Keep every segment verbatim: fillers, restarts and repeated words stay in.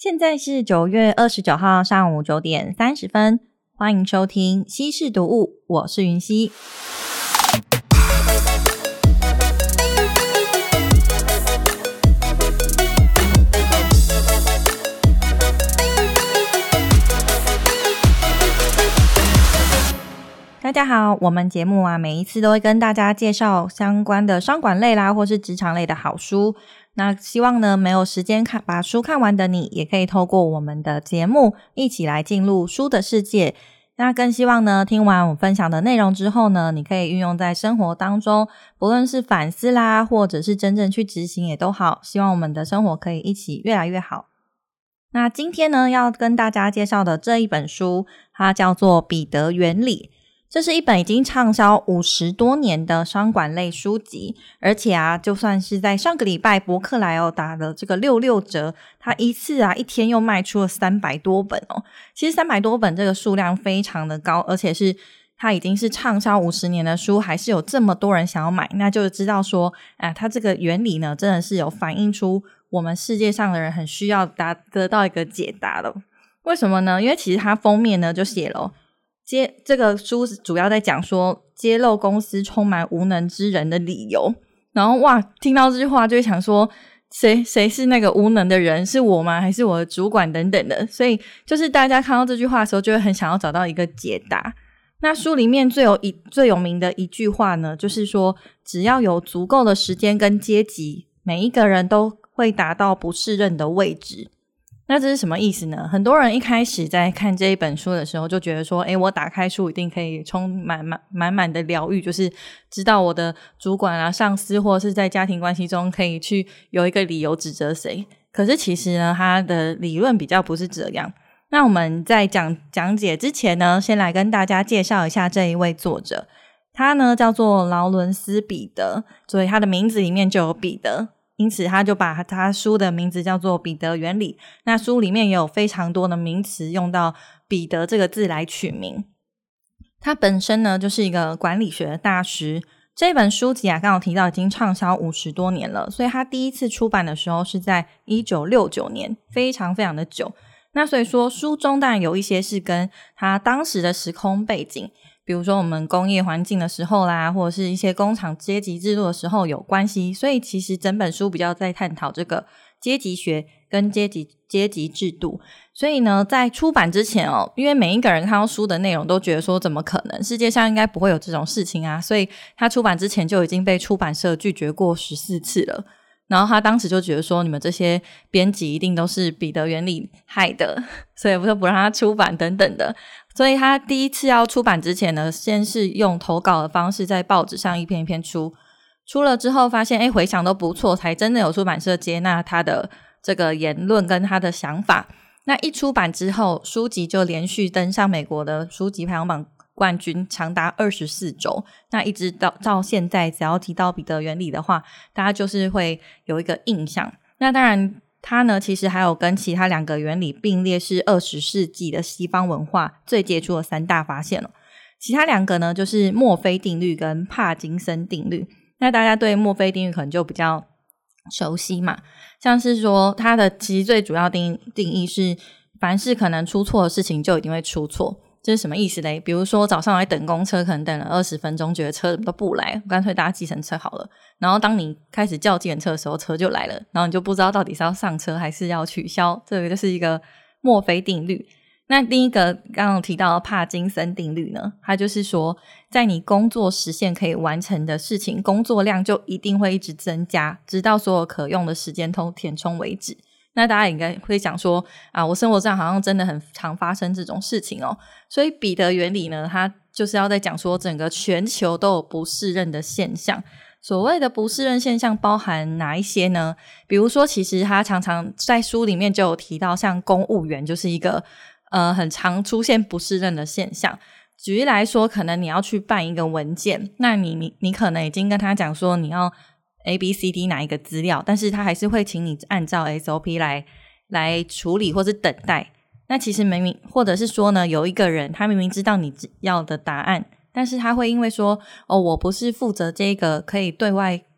现在是九月二十九号上午九点三十分，欢迎收听稀事读物，我是云溪。大家好，我们节目啊，每一次都会跟大家介绍相关的商管类啦，或是职场类的好书。那希望呢，没有时间看把书看完的你，也可以透过我们的节目一起来进入书的世界。那更希望呢，听完我分享的内容之后呢，你可以运用在生活当中，不论是反思啦，或者是真正去执行也都好。希望我们的生活可以一起越来越好。那今天呢，要跟大家介绍的这一本书，它叫做《彼得原理》。这是一本已经畅销五十多年的商管类书籍，而且啊，就算是在上个礼拜博客来哦打了这个六六折，它一次啊一天又卖出了三百多本哦。其实三百多本这个数量非常的高，而且是它已经是畅销五十年的书，还是有这么多人想要买，那就知道说啊，它这个原理呢，真的是有反映出我们世界上的人很需要达得到一个解答的。为什么呢？因为其实它封面呢就写了揭这个书主要在讲说揭露公司充满无能之人的理由，然后哇，听到这句话就会想说谁谁是那个无能的人，是我吗？还是我的主管等等的。所以就是大家看到这句话的时候，就会很想要找到一个解答。那书里面最有一最有名的一句话呢，就是说只要有足够的时间跟阶级，每一个人都会达到不适任的位置。那这是什么意思呢？很多人一开始在看这一本书的时候就觉得说，诶，我打开书一定可以充满满满满的疗愈，就是知道我的主管啊、上司或者是在家庭关系中可以去有一个理由指责谁。可是其实呢，他的理论比较不是这样。那我们在讲讲解之前呢，先来跟大家介绍一下这一位作者。他呢叫做劳伦斯·彼得，所以他的名字里面就有彼得。因此他就把他书的名字叫做彼得原理。那书里面也有非常多的名词用到彼得这个字来取名。他本身呢就是一个管理学的大师。这本书籍啊，刚好提到已经畅销五十多年了，所以他第一次出版的时候是在一九六九年，非常非常的久。那所以说书中当然有一些是跟他当时的时空背景，比如说我们工业环境的时候啦，或者是一些工厂阶级制度的时候有关系，所以其实整本书比较在探讨这个阶级学跟阶级阶级制度。所以呢，在出版之前哦，因为每一个人看到书的内容都觉得说怎么可能，世界上应该不会有这种事情啊，所以他出版之前就已经被出版社拒绝过十四次了。然后他当时就觉得说，你们这些编辑一定都是彼得原理害的，所以就不让他出版等等的。所以他第一次要出版之前呢，先是用投稿的方式在报纸上一篇一篇出，出了之后发现诶回响都不错，才真的有出版社接纳他的这个言论跟他的想法。那一出版之后，书籍就连续登上美国的书籍排行榜冠军长达二十四周。那一直到到现在，只要提到彼得原理的话，大家就是会有一个印象。那当然他呢其实还有跟其他两个原理并列是二十世纪的西方文化最杰出的三大发现了。其他两个呢就是墨菲定律跟帕金森定律。那大家对墨菲定律可能就比较熟悉嘛，像是说它的其实最主要定定义是凡是可能出错的事情就一定会出错。这是什么意思嘞？比如说早上来等公车，可能等了二十分钟，觉得车都不来，干脆搭计程车好了。然后当你开始叫计程车的时候，车就来了，然后你就不知道到底是要上车还是要取消。这个就是一个墨菲定律。那另一个刚刚提到的帕金森定律呢，它就是说在你工作时限可以完成的事情，工作量就一定会一直增加，直到所有可用的时间都填充为止。那大家应该会想说啊，我生活上好像真的很常发生这种事情哦。所以彼得原理呢，它就是要在讲说整个全球都有不适任的现象。所谓的不适任现象包含哪一些呢？比如说其实他常常在书里面就有提到，像公务员就是一个呃很常出现不适任的现象。举例来说，可能你要去办一个文件，那你你你可能已经跟他讲说你要A B C D 哪一个资料，但是他还是会请你按照 S O P 来来处理或是等待。那其实明明或者是说呢，有一个人他明明知道你要的答案，但是他会因为说哦，我不是负责这个可以对外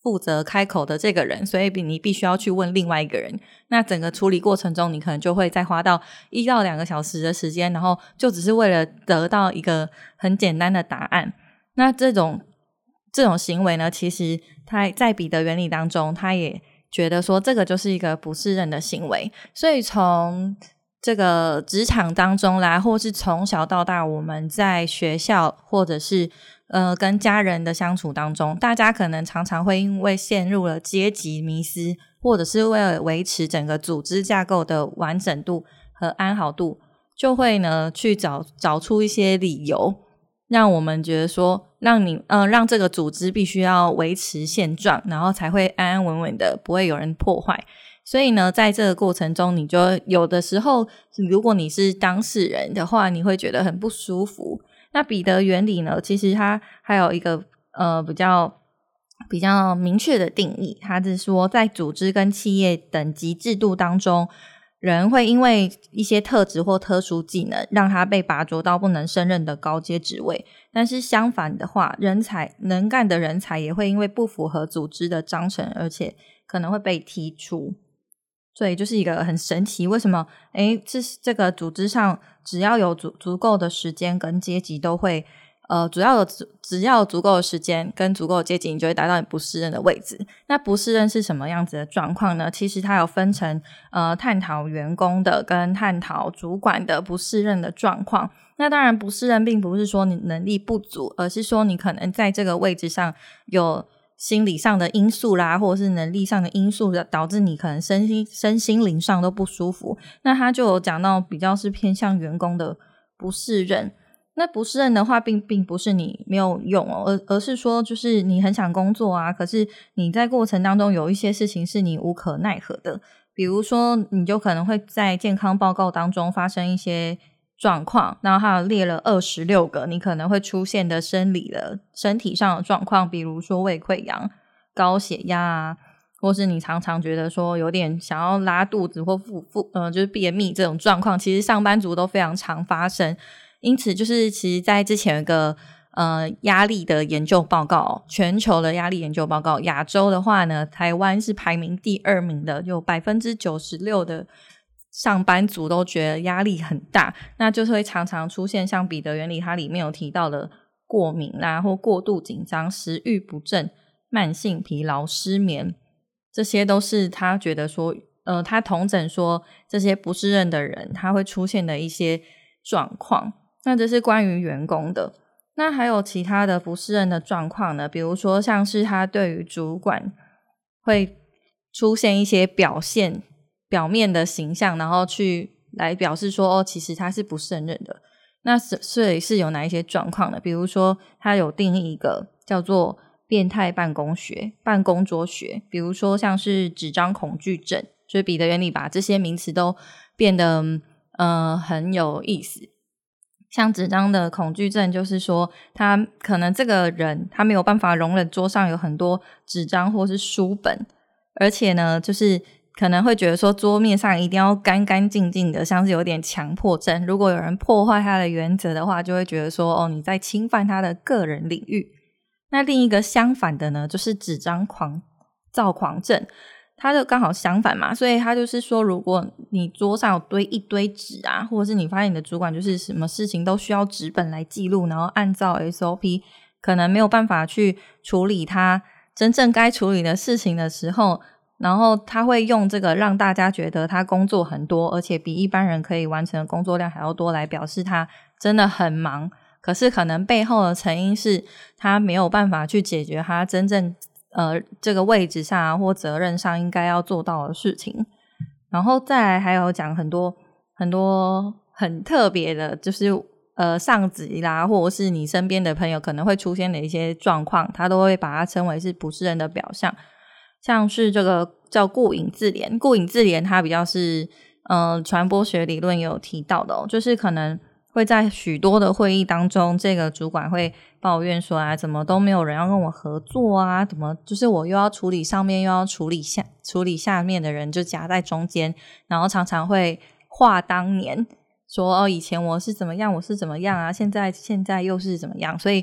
负责开口的这个人，所以你必须要去问另外一个人。那整个处理过程中，你可能就会再花到一到两个小时的时间，然后就只是为了得到一个很简单的答案。那这种这种行为呢，其实他在彼得原理当中，他也觉得说这个就是一个不适任的行为。所以从这个职场当中啦，或是从小到大我们在学校或者是呃跟家人的相处当中，大家可能常常会因为陷入了阶级迷思，或者是为了维持整个组织架构的完整度和安好度，就会呢去找找出一些理由，让我们觉得说让你呃让这个组织必须要维持现状，然后才会安安稳稳的，不会有人破坏。所以呢在这个过程中，你就有的时候如果你是当事人的话，你会觉得很不舒服。那彼得原理呢，其实它还有一个呃比较比较明确的定义，它是说在组织跟企业等级制度当中，人会因为一些特质或特殊技能让他被拔擢到不能胜任的高阶职位，但是相反的话，人才能干的人才也会因为不符合组织的章程，而且可能会被踢出。所以就是一个很神奇，为什么诶这这个组织上只要有足足够的时间跟阶级都会呃，主要有只要有足够的时间跟足够的阶级，你就会达到你不适任的位置。那不适任是什么样子的状况呢？其实它有分成呃探讨员工的跟探讨主管的不适任的状况。那当然不适任并不是说你能力不足，而是说你可能在这个位置上有心理上的因素啦，或者是能力上的因素导致你可能身心身心灵上都不舒服。那他就有讲到比较是偏向员工的不适任。那不适任的话并并不是你没有用哦，而而是说就是你很想工作啊，可是你在过程当中有一些事情是你无可奈何的。比如说你就可能会在健康报告当中发生一些状况，然后还有列了二十六个你可能会出现的生理的身体上的状况，比如说胃溃疡、高血压啊，或是你常常觉得说有点想要拉肚子或腹腹呃就是便秘这种状况，其实上班族都非常常发生。因此就是其实在之前有一个呃压力的研究报告，全球的压力研究报告，亚洲的话呢，台湾是排名第二名的，有 百分之九十六 的上班族都觉得压力很大，那就是会常常出现像彼得原理它里面有提到的过敏啦，或过度紧张、食欲不振、慢性疲劳、失眠，这些都是他觉得说呃，他统整说这些不适任的人他会出现的一些状况。那这是关于员工的。那还有其他的不适任的状况呢，比如说像是他对于主管会出现一些表现表面的形象，然后去来表示说哦，其实他是不胜任的。那所以是有哪一些状况呢？比如说他有定义一个叫做变态办公学、办公桌学，比如说像是纸张恐惧症，就是彼得原理把这些名词都变得呃很有意思。像纸张的恐惧症就是说他可能这个人他没有办法容忍桌上有很多纸张或是书本，而且呢就是可能会觉得说桌面上一定要干干净净的，像是有点强迫症，如果有人破坏他的原则的话，就会觉得说哦你在侵犯他的个人领域。那另一个相反的呢就是纸张狂躁狂症，它就刚好相反嘛，所以它就是说如果你桌上有堆一堆纸啊，或者是你发现你的主管就是什么事情都需要纸本来记录，然后按照 S O P 可能没有办法去处理他真正该处理的事情的时候，然后他会用这个让大家觉得他工作很多，而且比一般人可以完成的工作量还要多，来表示他真的很忙。可是可能背后的成因是他没有办法去解决他真正呃这个位置上啊或责任上应该要做到的事情。然后再来还有讲很多很多很特别的，就是呃上级啦或者是你身边的朋友可能会出现的一些状况，他都会把它称为是不适任的表象。像是这个叫顾影自怜，顾影自怜它比较是呃传播学理论也有提到的哦，就是可能会在许多的会议当中，这个主管会抱怨说啊，怎么都没有人要跟我合作啊，怎么就是我又要处理上面又要处理下处理下面的人，就夹在中间，然后常常会话当年说哦，以前我是怎么样我是怎么样啊，现在现在又是怎么样，所以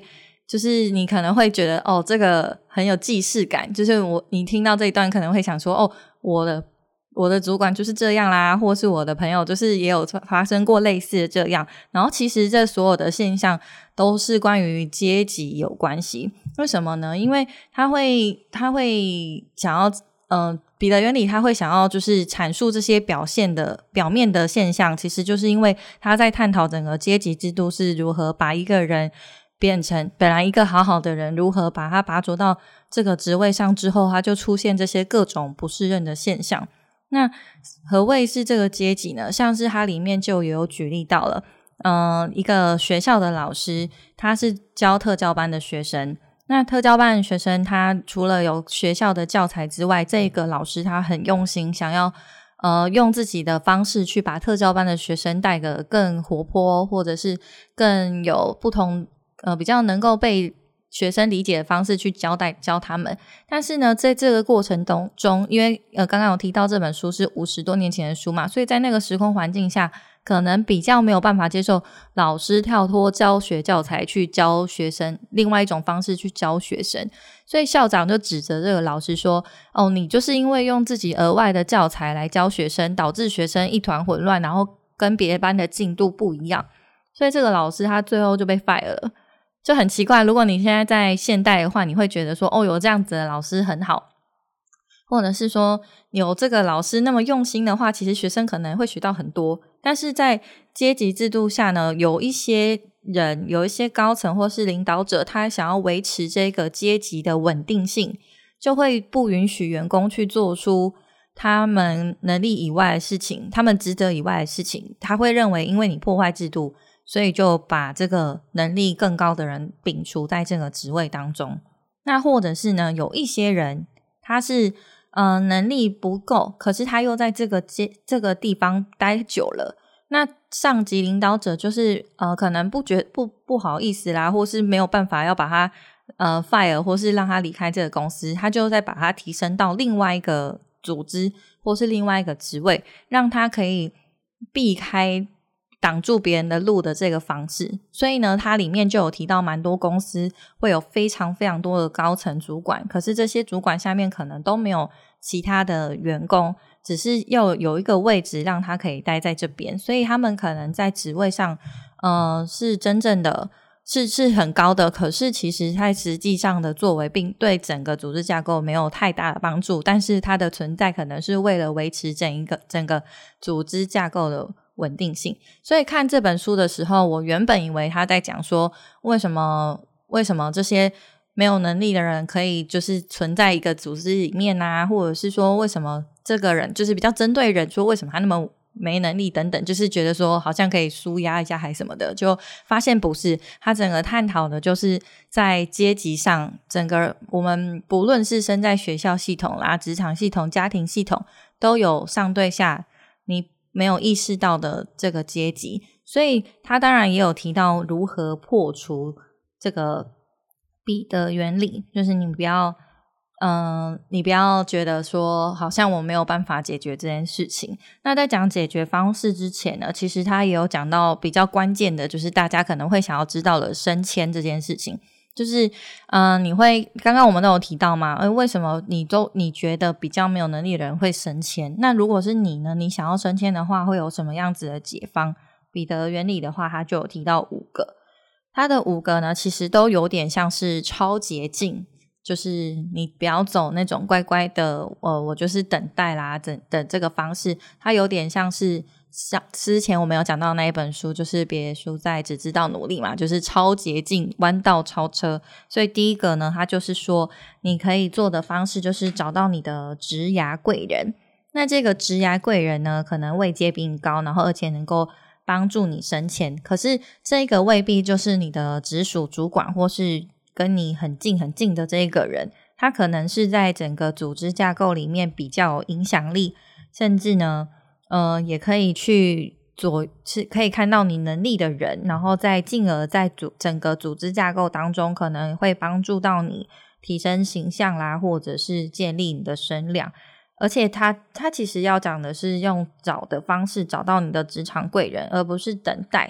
就是你可能会觉得哦，这个很有既视感，就是我你听到这一段可能会想说哦，我的我的主管就是这样啦，或是我的朋友就是也有发生过类似的这样，然后其实这所有的现象都是关于阶级有关系。为什么呢？因为他会他会想要呃，彼得原理他会想要就是阐述这些表现的表面的现象，其实就是因为他在探讨整个阶级制度是如何把一个人变成本来一个好好的人，如何把他拔擢到这个职位上之后，他就出现这些各种不适任的现象。那何谓是这个阶级呢？像是它里面就有举例到了呃，一个学校的老师，他是教特教班的学生，那特教班的学生他除了有学校的教材之外，这个老师他很用心想要呃用自己的方式去把特教班的学生带个更活泼，或者是更有不同呃比较能够被学生理解的方式去交代教他们。但是呢在这个过程中，因为呃刚刚有提到这本书是五十多年前的书嘛，所以在那个时空环境下可能比较没有办法接受老师跳脱教学教材去教学生另外一种方式去教学生，所以校长就指责这个老师说哦，你就是因为用自己额外的教材来教学生，导致学生一团混乱，然后跟别班的进度不一样，所以这个老师他最后就被 fire 了。就很奇怪，如果你现在在现代的话，你会觉得说哦，有这样子的老师很好，或者是说有这个老师那么用心的话，其实学生可能会学到很多。但是在阶级制度下呢，有一些人有一些高层或是领导者，他想要维持这个阶级的稳定性，就会不允许员工去做出他们能力以外的事情，他们职责以外的事情。他会认为因为你破坏制度，所以就把这个能力更高的人摒除在这个职位当中。那或者是呢，有一些人他是呃能力不够，可是他又在这个这个地方待久了，那上级领导者就是呃可能不觉不不好意思啦，或是没有办法要把他呃 fire 或是让他离开这个公司，他就再把他提升到另外一个组织或是另外一个职位，让他可以避开挡住别人的路的这个方式。所以呢它里面就有提到蛮多公司会有非常非常多的高层主管，可是这些主管下面可能都没有其他的员工，只是要有一个位置让他可以待在这边，所以他们可能在职位上呃是真正的是是很高的，可是其实在实际上的作为并对整个组织架构没有太大的帮助，但是它的存在可能是为了维持整一个整个组织架构的稳定性。所以看这本书的时候，我原本以为他在讲说为什么为什么这些没有能力的人可以就是存在一个组织里面啊，或者是说为什么这个人就是比较针对人，说为什么他那么没能力等等，就是觉得说好像可以抒压一下还什么的，就发现不是。他整个探讨的就是在阶级上，整个我们不论是身在学校系统啦、职场系统、家庭系统，都有上对下你没有意识到的这个阶级。所以他当然也有提到如何破除这个彼得原理，就是你不要嗯、呃，你不要觉得说好像我没有办法解决这件事情。那在讲解决方式之前呢，其实他也有讲到比较关键的，就是大家可能会想要知道的升迁这件事情。就是嗯、呃，你会刚刚我们都有提到嘛，呃，为什么你都你觉得比较没有能力的人会升迁？那如果是你呢，你想要升迁的话，会有什么样子的解方？彼得原理的话，他就有提到五个，他的五个呢，其实都有点像是超捷径。就是你不要走那种乖乖的呃，我就是等待啦等的这个方式，它有点像是像之前我们有讲到那一本书，就是别输在只知道努力嘛，就是超捷径弯道超车。所以第一个呢，它就是说你可以做的方式就是找到你的职涯贵人。那这个职涯贵人呢，可能位阶比你高，然后而且能够帮助你升迁，可是这个未必就是你的直属主管或是跟你很近很近的这个人，他可能是在整个组织架构里面比较有影响力，甚至呢呃，也可以去做是可以看到你能力的人，然后再进而在组整个组织架构当中可能会帮助到你提升形象啦，或者是建立你的声量。而且他他其实要讲的是用找的方式找到你的职场贵人，而不是等待。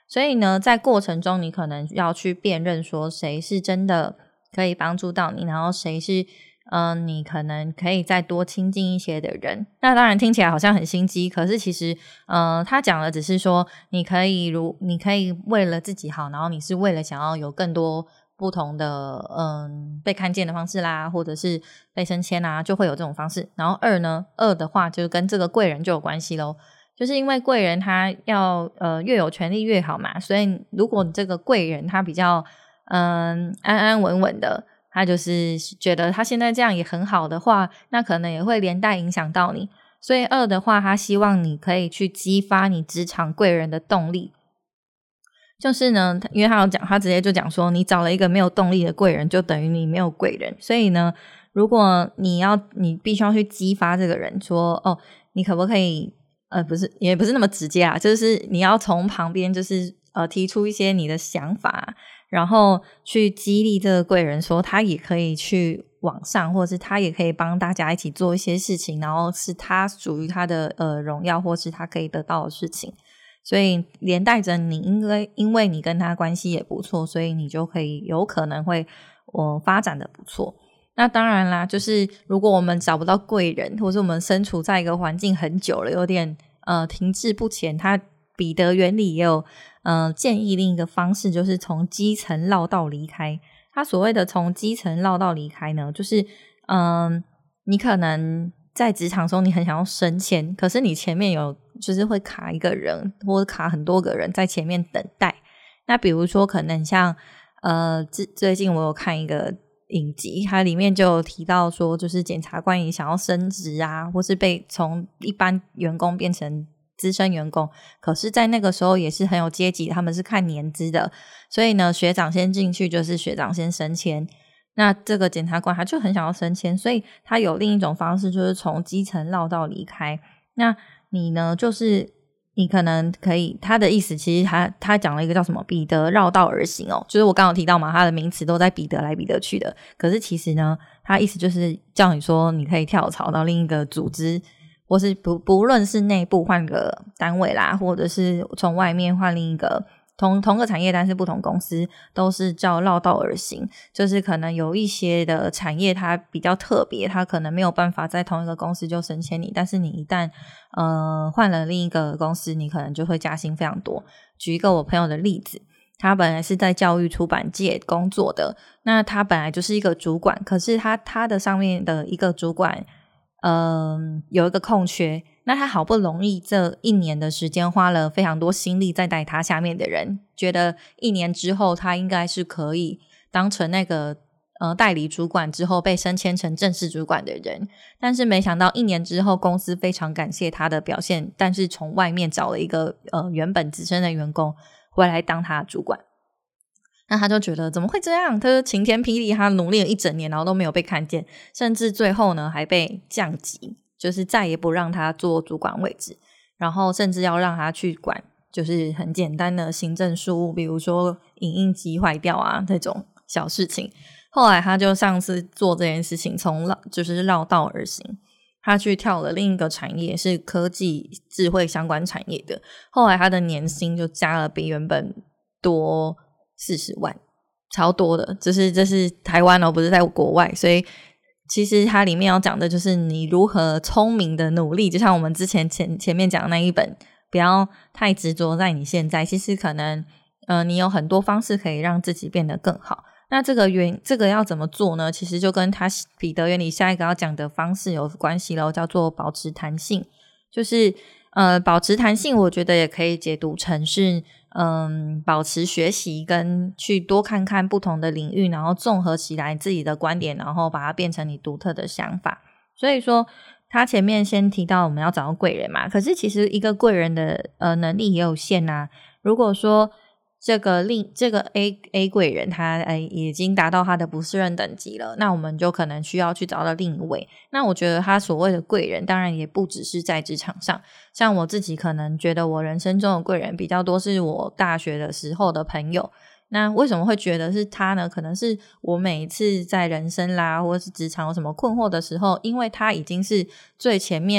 所以呢在过程中你可能要去辨认说谁是真的可以帮助到你，然后谁是嗯、呃，你可能可以再多亲近一些的人。那当然听起来好像很心机，可是其实呃，他讲的只是说你可以如你可以为了自己好，然后你是为了想要有更多不同的嗯被看见的方式啦，或者是被升迁啊，就会有这种方式。然后二呢，二的话就跟这个贵人就有关系咯，就是因为贵人他要呃越有权力越好嘛，所以如果你这个贵人他比较嗯安安稳稳的，他就是觉得他现在这样也很好的话，那可能也会连带影响到你。所以二的话他希望你可以去激发你职场贵人的动力，就是呢因为他有讲，他直接就讲说你找了一个没有动力的贵人就等于你没有贵人，所以呢如果你要你必须要去激发这个人说哦你可不可以呃不是也不是那么直接啊，就是你要从旁边就是呃提出一些你的想法，然后去激励这个贵人说他也可以去往上，或者是他也可以帮大家一起做一些事情，然后是他属于他的呃荣耀，或是他可以得到的事情。所以连带着你因为因为你跟他关系也不错，所以你就可以有可能会呃发展的不错。那当然啦，就是如果我们找不到贵人，或是我们身处在一个环境很久了，有点呃停滞不前，他彼得原理也有呃建议另一个方式，就是从基层绕道离开。他所谓的从基层绕道离开呢，就是嗯、呃，你可能在职场中你很想要升迁，可是你前面有就是会卡一个人或者卡很多个人在前面等待。那比如说可能像呃最近我有看一个影集，它里面就有提到说就是检察官也想要升职啊，或是被从一般员工变成资深员工，可是在那个时候也是很有阶级，他们是看年资的，所以呢学长先进去就是学长先升迁，那这个检察官他就很想要升迁，所以他有另一种方式就是从基层绕道离开。那你呢就是你可能可以，他的意思其实他他讲了一个叫什么彼得绕道而行哦，就是我刚刚有提到嘛，他的名词都在彼得来彼得去的，可是其实呢他意思就是叫你说你可以跳槽到另一个组织，或是不不论是内部换个单位啦，或者是从外面换另一个同同个产业但是不同公司，都是叫绕道而行。就是可能有一些的产业它比较特别，它可能没有办法在同一个公司就升迁你，但是你一旦呃换了另一个公司，你可能就会加薪非常多。举一个我朋友的例子，他本来是在教育出版界工作的，那他本来就是一个主管，可是他他的上面的一个主管嗯、呃，有一个空缺，那他好不容易这一年的时间花了非常多心力在带他下面的人，觉得一年之后他应该是可以当成那个呃代理主管之后被升迁成正式主管的人，但是没想到一年之后公司非常感谢他的表现，但是从外面找了一个呃原本资深的员工回来当他的主管。那他就觉得怎么会这样，他就晴天霹雳，他努力了一整年然后都没有被看见，甚至最后呢还被降级，就是再也不让他做主管位置，然后甚至要让他去管就是很简单的行政事务，比如说影印机坏掉啊这种小事情。后来他就上次做这件事情从就是绕道而行，他去跳了另一个产业，是科技智慧相关产业的，后来他的年薪就加了比原本多四十万，超多的，就是这是台湾哦，不是在国外。所以其实它里面要讲的就是你如何聪明的努力，就像我们之前前前面讲的那一本，不要太执着在你现在，其实可能呃你有很多方式可以让自己变得更好。那这个原这个要怎么做呢？其实就跟他彼得原理下一个要讲的方式有关系咯，叫做保持弹性。就是呃保持弹性我觉得也可以解读成是嗯，保持学习跟去多看看不同的领域，然后综合起来自己的观点，然后把它变成你独特的想法。所以说他前面先提到我们要找到贵人嘛，可是其实一个贵人的呃能力也有限啊。如果说这个另这个 A A 贵人他呃已经达到他的不适任等级了，那我们就可能需要去找到另一位。那我觉得他所谓的贵人当然也不只是在职场上，像我自己可能觉得我人生中的贵人比较多是我大学的时候的朋友。那为什么会觉得是他呢？可能是我每一次在人生啦或是职场有什么困惑的时候，因为他已经是最前面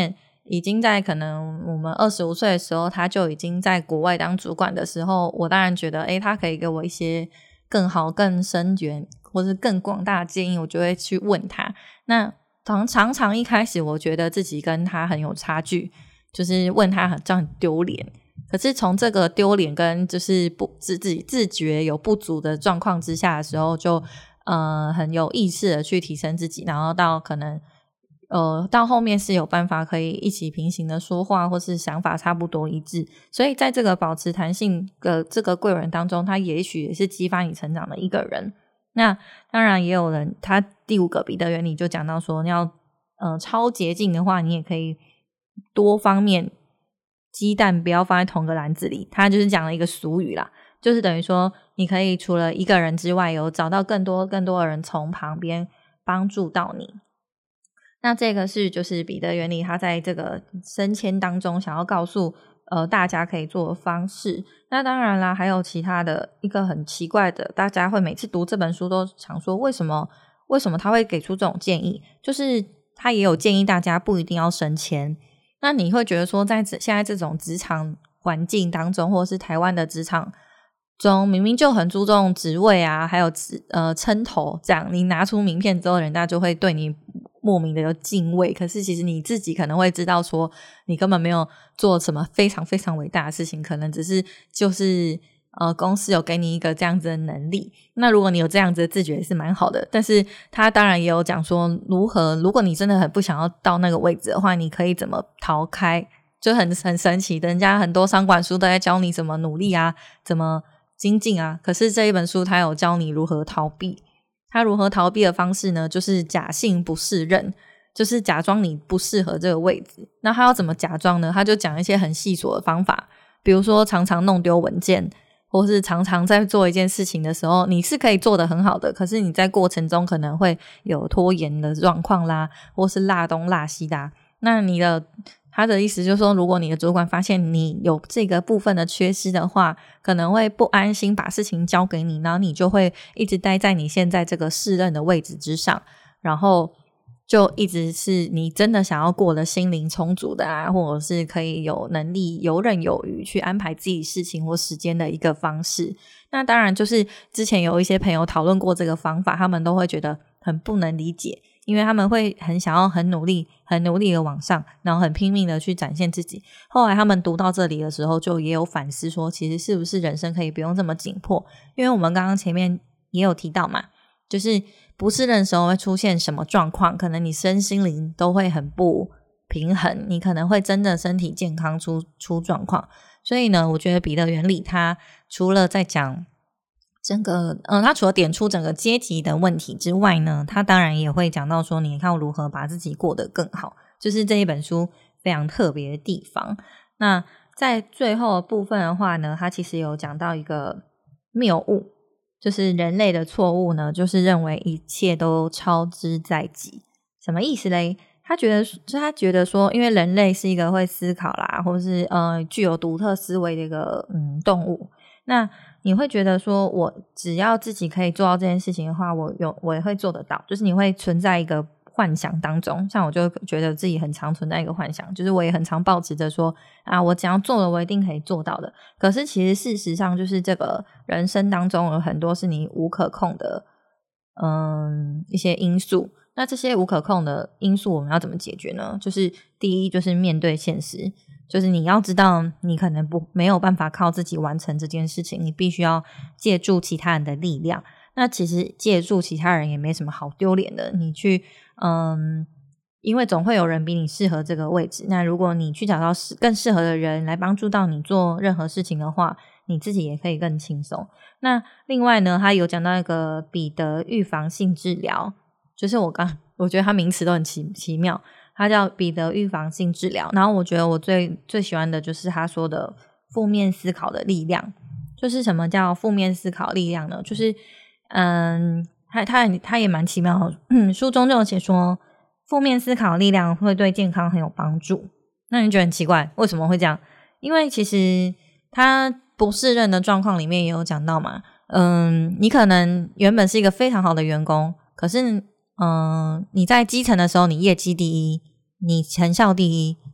已经在可能我们二十五岁的时候，他就已经在国外当主管的时候，我当然觉得诶他可以给我一些更好更深远或是更广大的建议，我就会去问他。那常常一开始我觉得自己跟他很有差距，就是问他很这样很丢脸，可是从这个丢脸跟就是不自自己自觉有不足的状况之下的时候，就呃很有意识的去提升自己，然后到可能呃，到后面是有办法可以一起平行的说话，或是想法差不多一致，所以在这个保持弹性的这个贵人当中，他也许也是激发你成长的一个人。那当然也有人，他第五个彼得原理就讲到说，你要呃超捷径的话，你也可以多方面鸡蛋不要放在同个篮子里，他就是讲了一个俗语啦，就是等于说你可以除了一个人之外，有找到更多更多的人从旁边帮助到你。那这个是就是彼得原理他在这个升迁当中想要告诉呃大家可以做的方式。那当然啦，还有其他的一个很奇怪的，大家会每次读这本书都想说为什么为什么他会给出这种建议，就是他也有建议大家不一定要升迁。那你会觉得说在现在这种职场环境当中，或者是台湾的职场中，明明就很注重职位啊还有呃称头，这样你拿出名片之后人家就会对你莫名的有敬畏，可是其实你自己可能会知道说你根本没有做什么非常非常伟大的事情，可能只是就是呃公司有给你一个这样子的能力。那如果你有这样子的自觉是蛮好的，但是他当然也有讲说如何如果你真的很不想要到那个位置的话，你可以怎么逃开，就很很神奇的，人家很多商管书都在教你怎么努力啊怎么精进啊，可是这一本书他有教你如何逃避。他如何逃避的方式呢，就是假性不适任，就是假装你不适合这个位置。那他要怎么假装呢？他就讲一些很细琐的方法，比如说常常弄丢文件，或是常常在做一件事情的时候你是可以做得很好的，可是你在过程中可能会有拖延的状况啦，或是落东落西的。那你的他的意思就是说，如果你的主管发现你有这个部分的缺失的话，可能会不安心把事情交给你，然后你就会一直待在你现在这个适任的位置之上，然后就一直是你真的想要过得心灵充足的啊，或者是可以有能力游刃有余去安排自己事情或时间的一个方式。那当然就是之前有一些朋友讨论过这个方法，他们都会觉得很不能理解，因为他们会很想要很努力很努力的往上，然后很拼命的去展现自己。后来他们读到这里的时候就也有反思说，其实是不是人生可以不用这么紧迫，因为我们刚刚前面也有提到嘛，就是不适任的时候会出现什么状况，可能你身心灵都会很不平衡，你可能会真的身体健康出出状况。所以呢，我觉得彼得原理他除了在讲整个嗯，他除了点出整个阶级的问题之外呢，他当然也会讲到说你要如何把自己过得更好，就是这一本书非常特别的地方。那在最后的部分的话呢，他其实有讲到一个谬误，就是人类的错误呢，就是认为一切都操之在己。什么意思嘞？他觉得就他觉得说，因为人类是一个会思考啦，或是呃具有独特思维的一个嗯动物，那你会觉得说我只要自己可以做到这件事情的话，我有我也会做得到，就是你会存在一个幻想当中。像我就觉得自己很常存在一个幻想，就是我也很常抱持着说啊，我只要做了我一定可以做到的。可是其实事实上就是这个人生当中有很多是你无可控的嗯一些因素。那这些无可控的因素我们要怎么解决呢？就是第一就是面对现实，就是你要知道你可能不没有办法靠自己完成这件事情，你必须要借助其他人的力量。那其实借助其他人也没什么好丢脸的，你去嗯，因为总会有人比你适合这个位置，那如果你去找到更适合的人来帮助到你做任何事情的话，你自己也可以更轻松。那另外呢，他有讲到一个彼得预防性治疗，就是我刚我觉得他名词都很奇奇妙，他叫彼得预防性治疗。然后我觉得我最最喜欢的就是他说的负面思考的力量。就是什么叫负面思考力量呢？就是嗯，他他他也蛮奇妙的、嗯、书中就有写说负面思考力量会对健康很有帮助。那你觉得很奇怪为什么会这样？因为其实他不适任的状况里面也有讲到嘛，嗯，你可能原本是一个非常好的员工，可是嗯，你在基层的时候你业绩第一，你成效第一，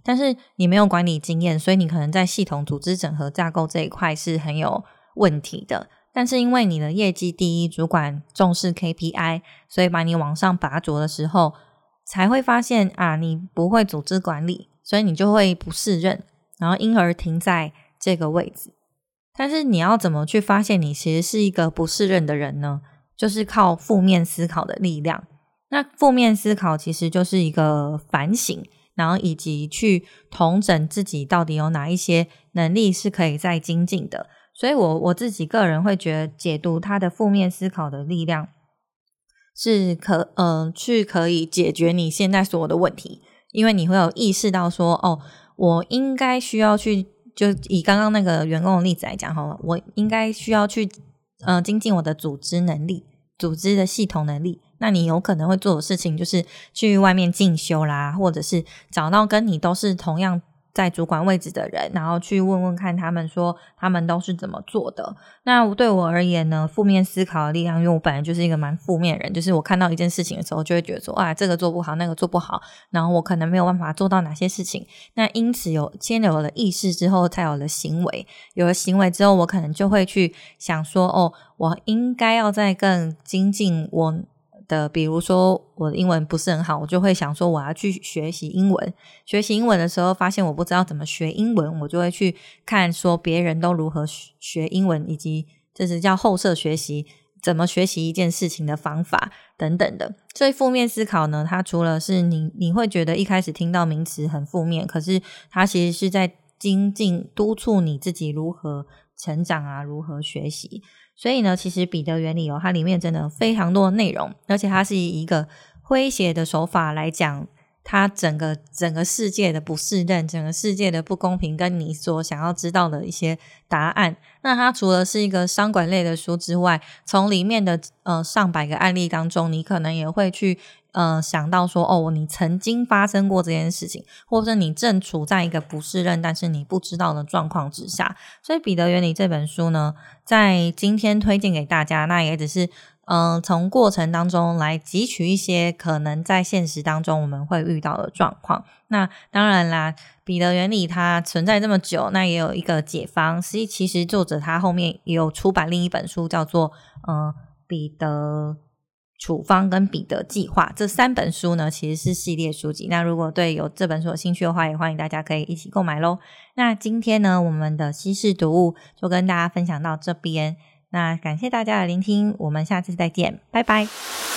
但是你没有管理经验，所以你可能在系统组织整合架构这一块是很有问题的。但是因为你的业绩第一，主管重视 K P I， 所以把你往上拔擢的时候，才会发现啊，你不会组织管理，所以你就会不胜任，然后因而停在这个位置。但是你要怎么去发现你其实是一个不胜任的人呢？就是靠负面思考的力量。那负面思考其实就是一个反省，然后以及去统整自己到底有哪一些能力是可以再精进的。所以我我自己个人会觉得解读他的负面思考的力量是可嗯、呃、去可以解决你现在所有的问题，因为你会有意识到说哦，我应该需要去，就以刚刚那个员工的例子来讲好了，我应该需要去呃精进我的组织能力，组织的系统能力。那你有可能会做的事情就是去外面进修啦，或者是找到跟你都是同样在主管位置的人，然后去问问看他们说他们都是怎么做的。那对我而言呢，负面思考的力量，因为我本来就是一个蛮负面的人，就是我看到一件事情的时候就会觉得说啊，这个做不好，那个做不好，然后我可能没有办法做到哪些事情。那因此有先有了意识之后才有了行为，有了行为之后我可能就会去想说哦，我应该要再更精进我的，比如说我的英文不是很好，我就会想说我要去学习英文。学习英文的时候发现我不知道怎么学英文，我就会去看说别人都如何学英文，以及这是叫后设学习，怎么学习一件事情的方法等等的。所以负面思考呢，它除了是你你会觉得一开始听到名词很负面，可是它其实是在精进督促你自己如何成长啊，如何学习。所以呢，其实彼得原理哦，它里面真的非常多的内容，而且它是以一个诙谐的手法来讲它整个整个世界的不适任，整个世界的不公平，跟你所想要知道的一些答案。那它除了是一个商管类的书之外，从里面的呃上百个案例当中，你可能也会去呃想到说哦，你曾经发生过这件事情，或者你正处在一个不适任但是你不知道的状况之下。所以彼得原理这本书呢，在今天推荐给大家，那也只是嗯，从过程当中来汲取一些可能在现实当中我们会遇到的状况。那当然啦，彼得原理它存在这么久，那也有一个解方。所以其实作者他后面也有出版另一本书，叫做嗯彼得处方跟彼得计划。这三本书呢其实是系列书籍，那如果对有这本书有兴趣的话，也欢迎大家可以一起购买咯。那今天呢，我们的稀释读物就跟大家分享到这边，那感谢大家的聆听，我们下次再见，拜拜。